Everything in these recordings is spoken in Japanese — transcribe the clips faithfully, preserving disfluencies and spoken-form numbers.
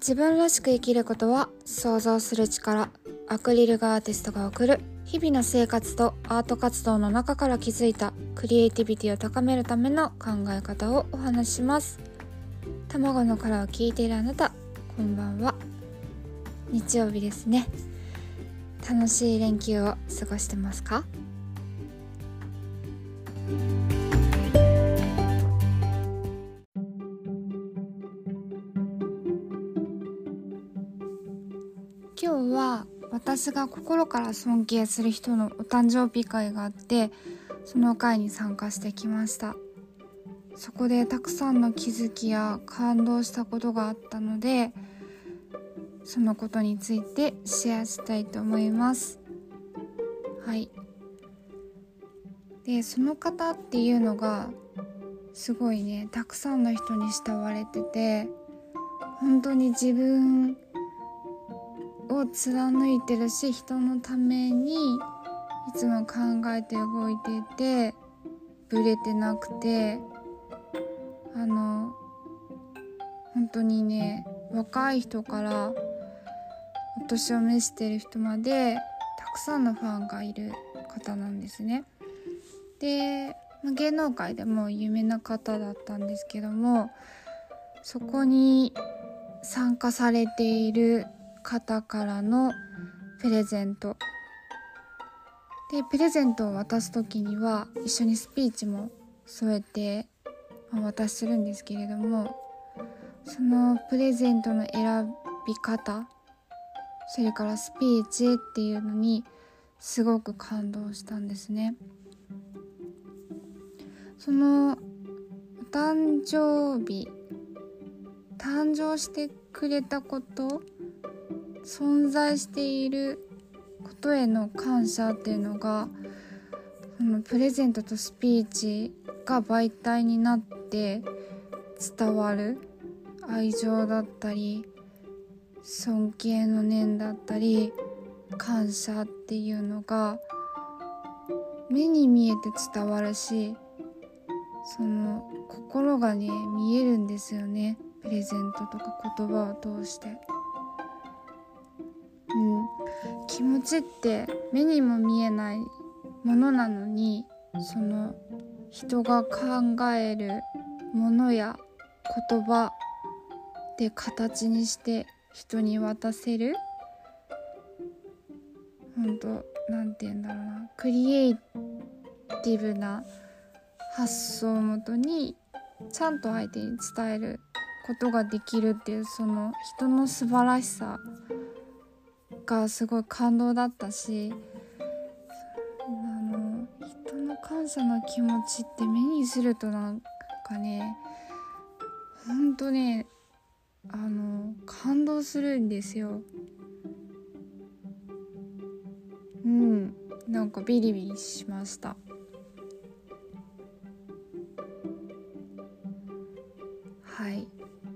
自分らしく生きることは想像する力。アクリル画アーティストが送る日々の生活とアート活動の中から気づいたクリエイティビティを高めるための考え方をお話しします。卵の殻を聞いているあなた、こんばんは。日曜日ですね。楽しい連休を過ごしてますか？今日は私が心から尊敬する人のお誕生日会があって、その会に参加してきました。そこでたくさんの気づきや感動したことがあったので、そのことについてシェアしたいと思います。はい。で、その方っていうのがすごいね、たくさんの人に慕われてて、本当に自分を貫いてるし、人のためにいつも考えて動いていて、ブレてなくて、あの本当にね、若い人からお年を召してる人までたくさんのファンがいる方なんですね。で、芸能界でも有名な方だったんですけども、そこに参加されている方からのプレゼントで、プレゼントを渡す時には一緒にスピーチも添えてお渡しするんですけれども、そのプレゼントの選び方、それからスピーチっていうのにすごく感動したんですね。そのお誕生日、誕生してくれたこと、存在していることへの感謝っていうのが、そのプレゼントとスピーチが媒体になって伝わる愛情だったり、尊敬の念だったり、感謝っていうのが目に見えて伝わるし、その心がね、見えるんですよね。プレゼントとか言葉を通して。うん、気持ちって目にも見えないものなのに、その人が考えるものや言葉で形にして人に渡せる、本当なんて言うんだろうな、クリエイティブな発想をもとにちゃんと相手に伝えることができるっていう、その人の素晴らしさがすごい感動だったし、あの人の感謝の気持ちって目にするとなんかね、ほんとね、あの感動するんですよ。うん、なんかビリビリしました。はい。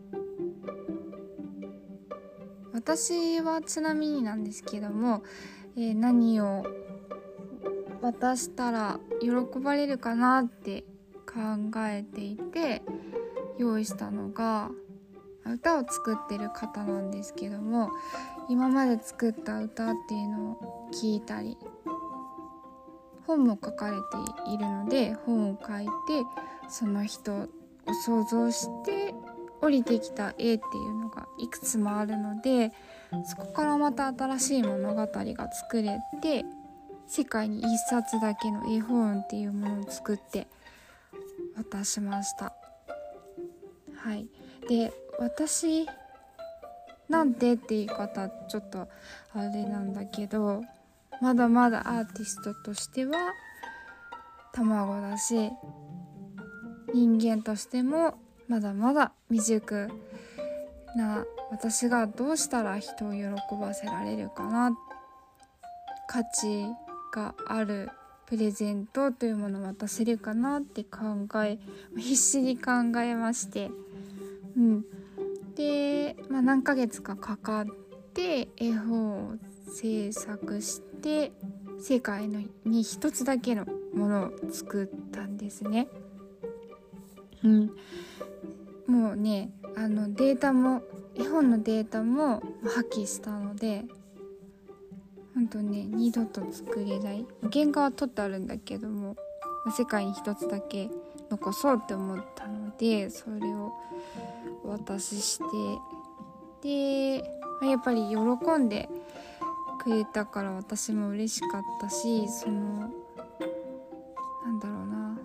私はちなみになんですけども、えー、何を渡したら喜ばれるかなって考えていて用意したのが、歌を作ってる方なんですけども、今まで作った歌っていうのを聞いたり、本も書かれているので本を書いて、その人を想像して降りてきた絵っていうのがいくつもあるので、そこからまた新しい物語が作れて、世界に一冊だけの絵本っていうものを作って渡しました。はい。で、私なんてって言い方ちょっとあれなんだけど、まだまだアーティストとしては卵だし、人間としてもまだまだ未熟な私がどうしたら人を喜ばせられるかな、価値があるプレゼントというものを渡せるかなって考え、必死に考えまして、うん、で、まあ、何ヶ月かかかって絵本を制作して世界のに一つだけのものを作ったんですね。うん、もうね、あのデータも絵本のデータも破棄したので、ほんとね二度と作れない、原画は取ってあるんだけども世界に一つだけ残そうって思ったので、それをお渡しして、でやっぱり喜んでくれたから私も嬉しかったし、そのなんだろうな、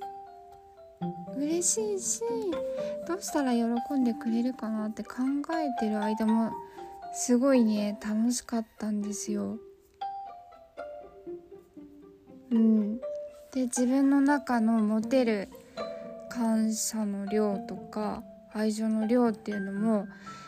嬉しいし、どうしたら喜んでくれるかなって考えてる間もすごいね楽しかったんですよ。うんで自分の中の持てる感謝の量とか愛情の量っていうのも、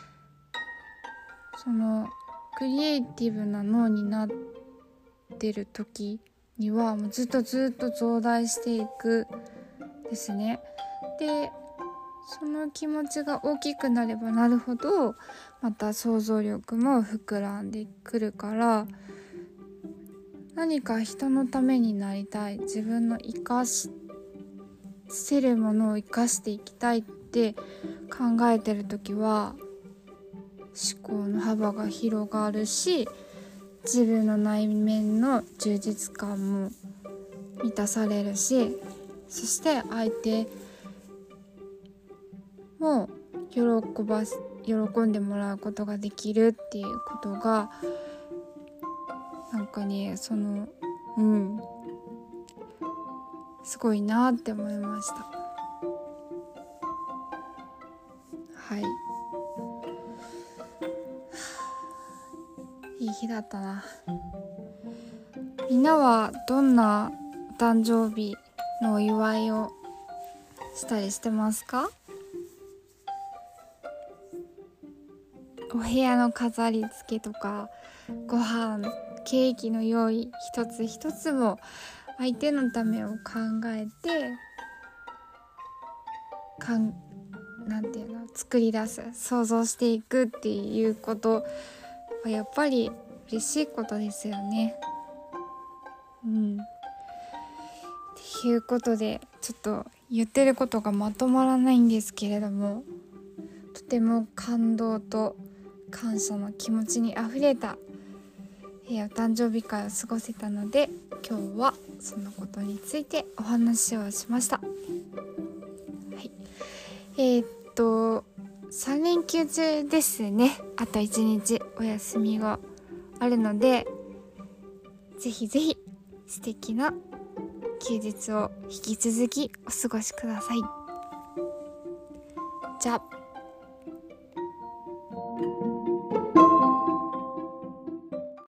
そのクリエイティブな脳になってる時にはもうずっとずっと増大していくですね。でその気持ちが大きくなればなるほどまた想像力も膨らんでくるから、何か人のためになりたい、自分の生かせるものを生かしていきたいって考えてる時は思考の幅が広がるし、自分の内面の充実感も満たされるし、そして相手も喜ばす喜んでもらうことができるっていうことがなんかね、そのうんすごいなって思いました。はいいい日だったな。みんなはどんなお誕生日のお祝いをしたりしてますか？お部屋の飾り付けとかご飯ケーキの用意一つ一つも相手のためを考えてかんなんていうの作り出す想像していくっていうことはやっぱり嬉しいことですよね。うんっていうことでちょっと言ってることがまとまらないんですけれども、とても感動と感謝の気持ちにあふれた、えー、お誕生日会を過ごせたので、今日はそのことについてお話をしました。はい、えー、っとさん連休中ですね。あといちにちお休みがあるので、ぜひぜひ素敵な休日を引き続きお過ごしください。じゃあ。